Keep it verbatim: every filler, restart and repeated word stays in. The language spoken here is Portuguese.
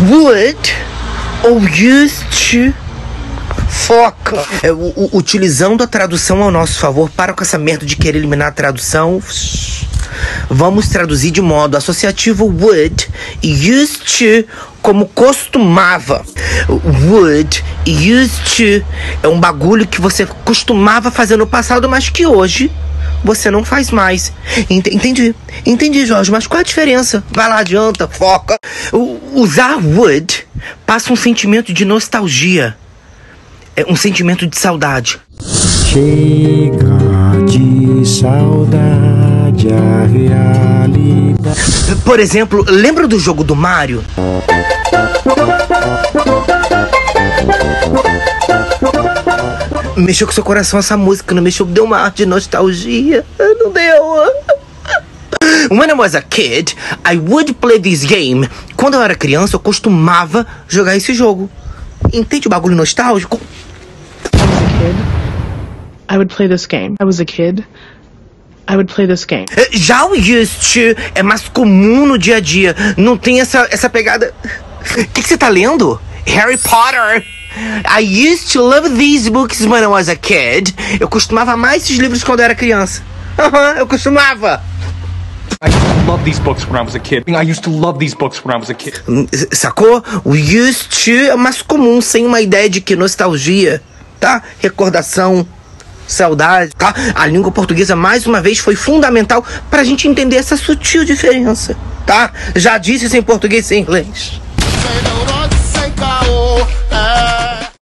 would ou used to. Foca. É, u, u, utilizando a tradução ao nosso favor, para com essa merda de querer eliminar a tradução. Vamos traduzir de modo associativo would e used to como costumava. Would e used to é um bagulho que você costumava fazer no passado, mas que hoje você não faz mais. Entendi. Entendi, Jorge, mas qual a diferença? Vai lá, adianta, foca. U, usar would passa um sentimento de nostalgia. É um sentimento de saudade. Chega de saudade a realidade. Por exemplo, lembra do jogo do Mario? Mexeu com seu coração essa música, não mexeu? Deu uma arte de nostalgia. Não deu. When I was a kid, I would play this game. Quando eu era criança, eu costumava jogar esse jogo. Entende o bagulho nostálgico? I would play this game. I was a kid. I would play this game. Já o used to é mais comum no dia a dia. Não tem essa, essa pegada. O que, que você tá lendo? Harry Potter. I used to love these books when I was a kid. Eu costumava amar esses livros quando eu era criança. Aham, eu costumava. I used to love these books when I was a kid. I used to love these books when I was a kid. Sacou? O used to é mais comum, sem uma ideia de que nostalgia, tá? Recordação, saudade, tá? A língua portuguesa, mais uma vez, foi fundamental pra gente entender essa sutil diferença, tá? Já disse isso em português e em inglês.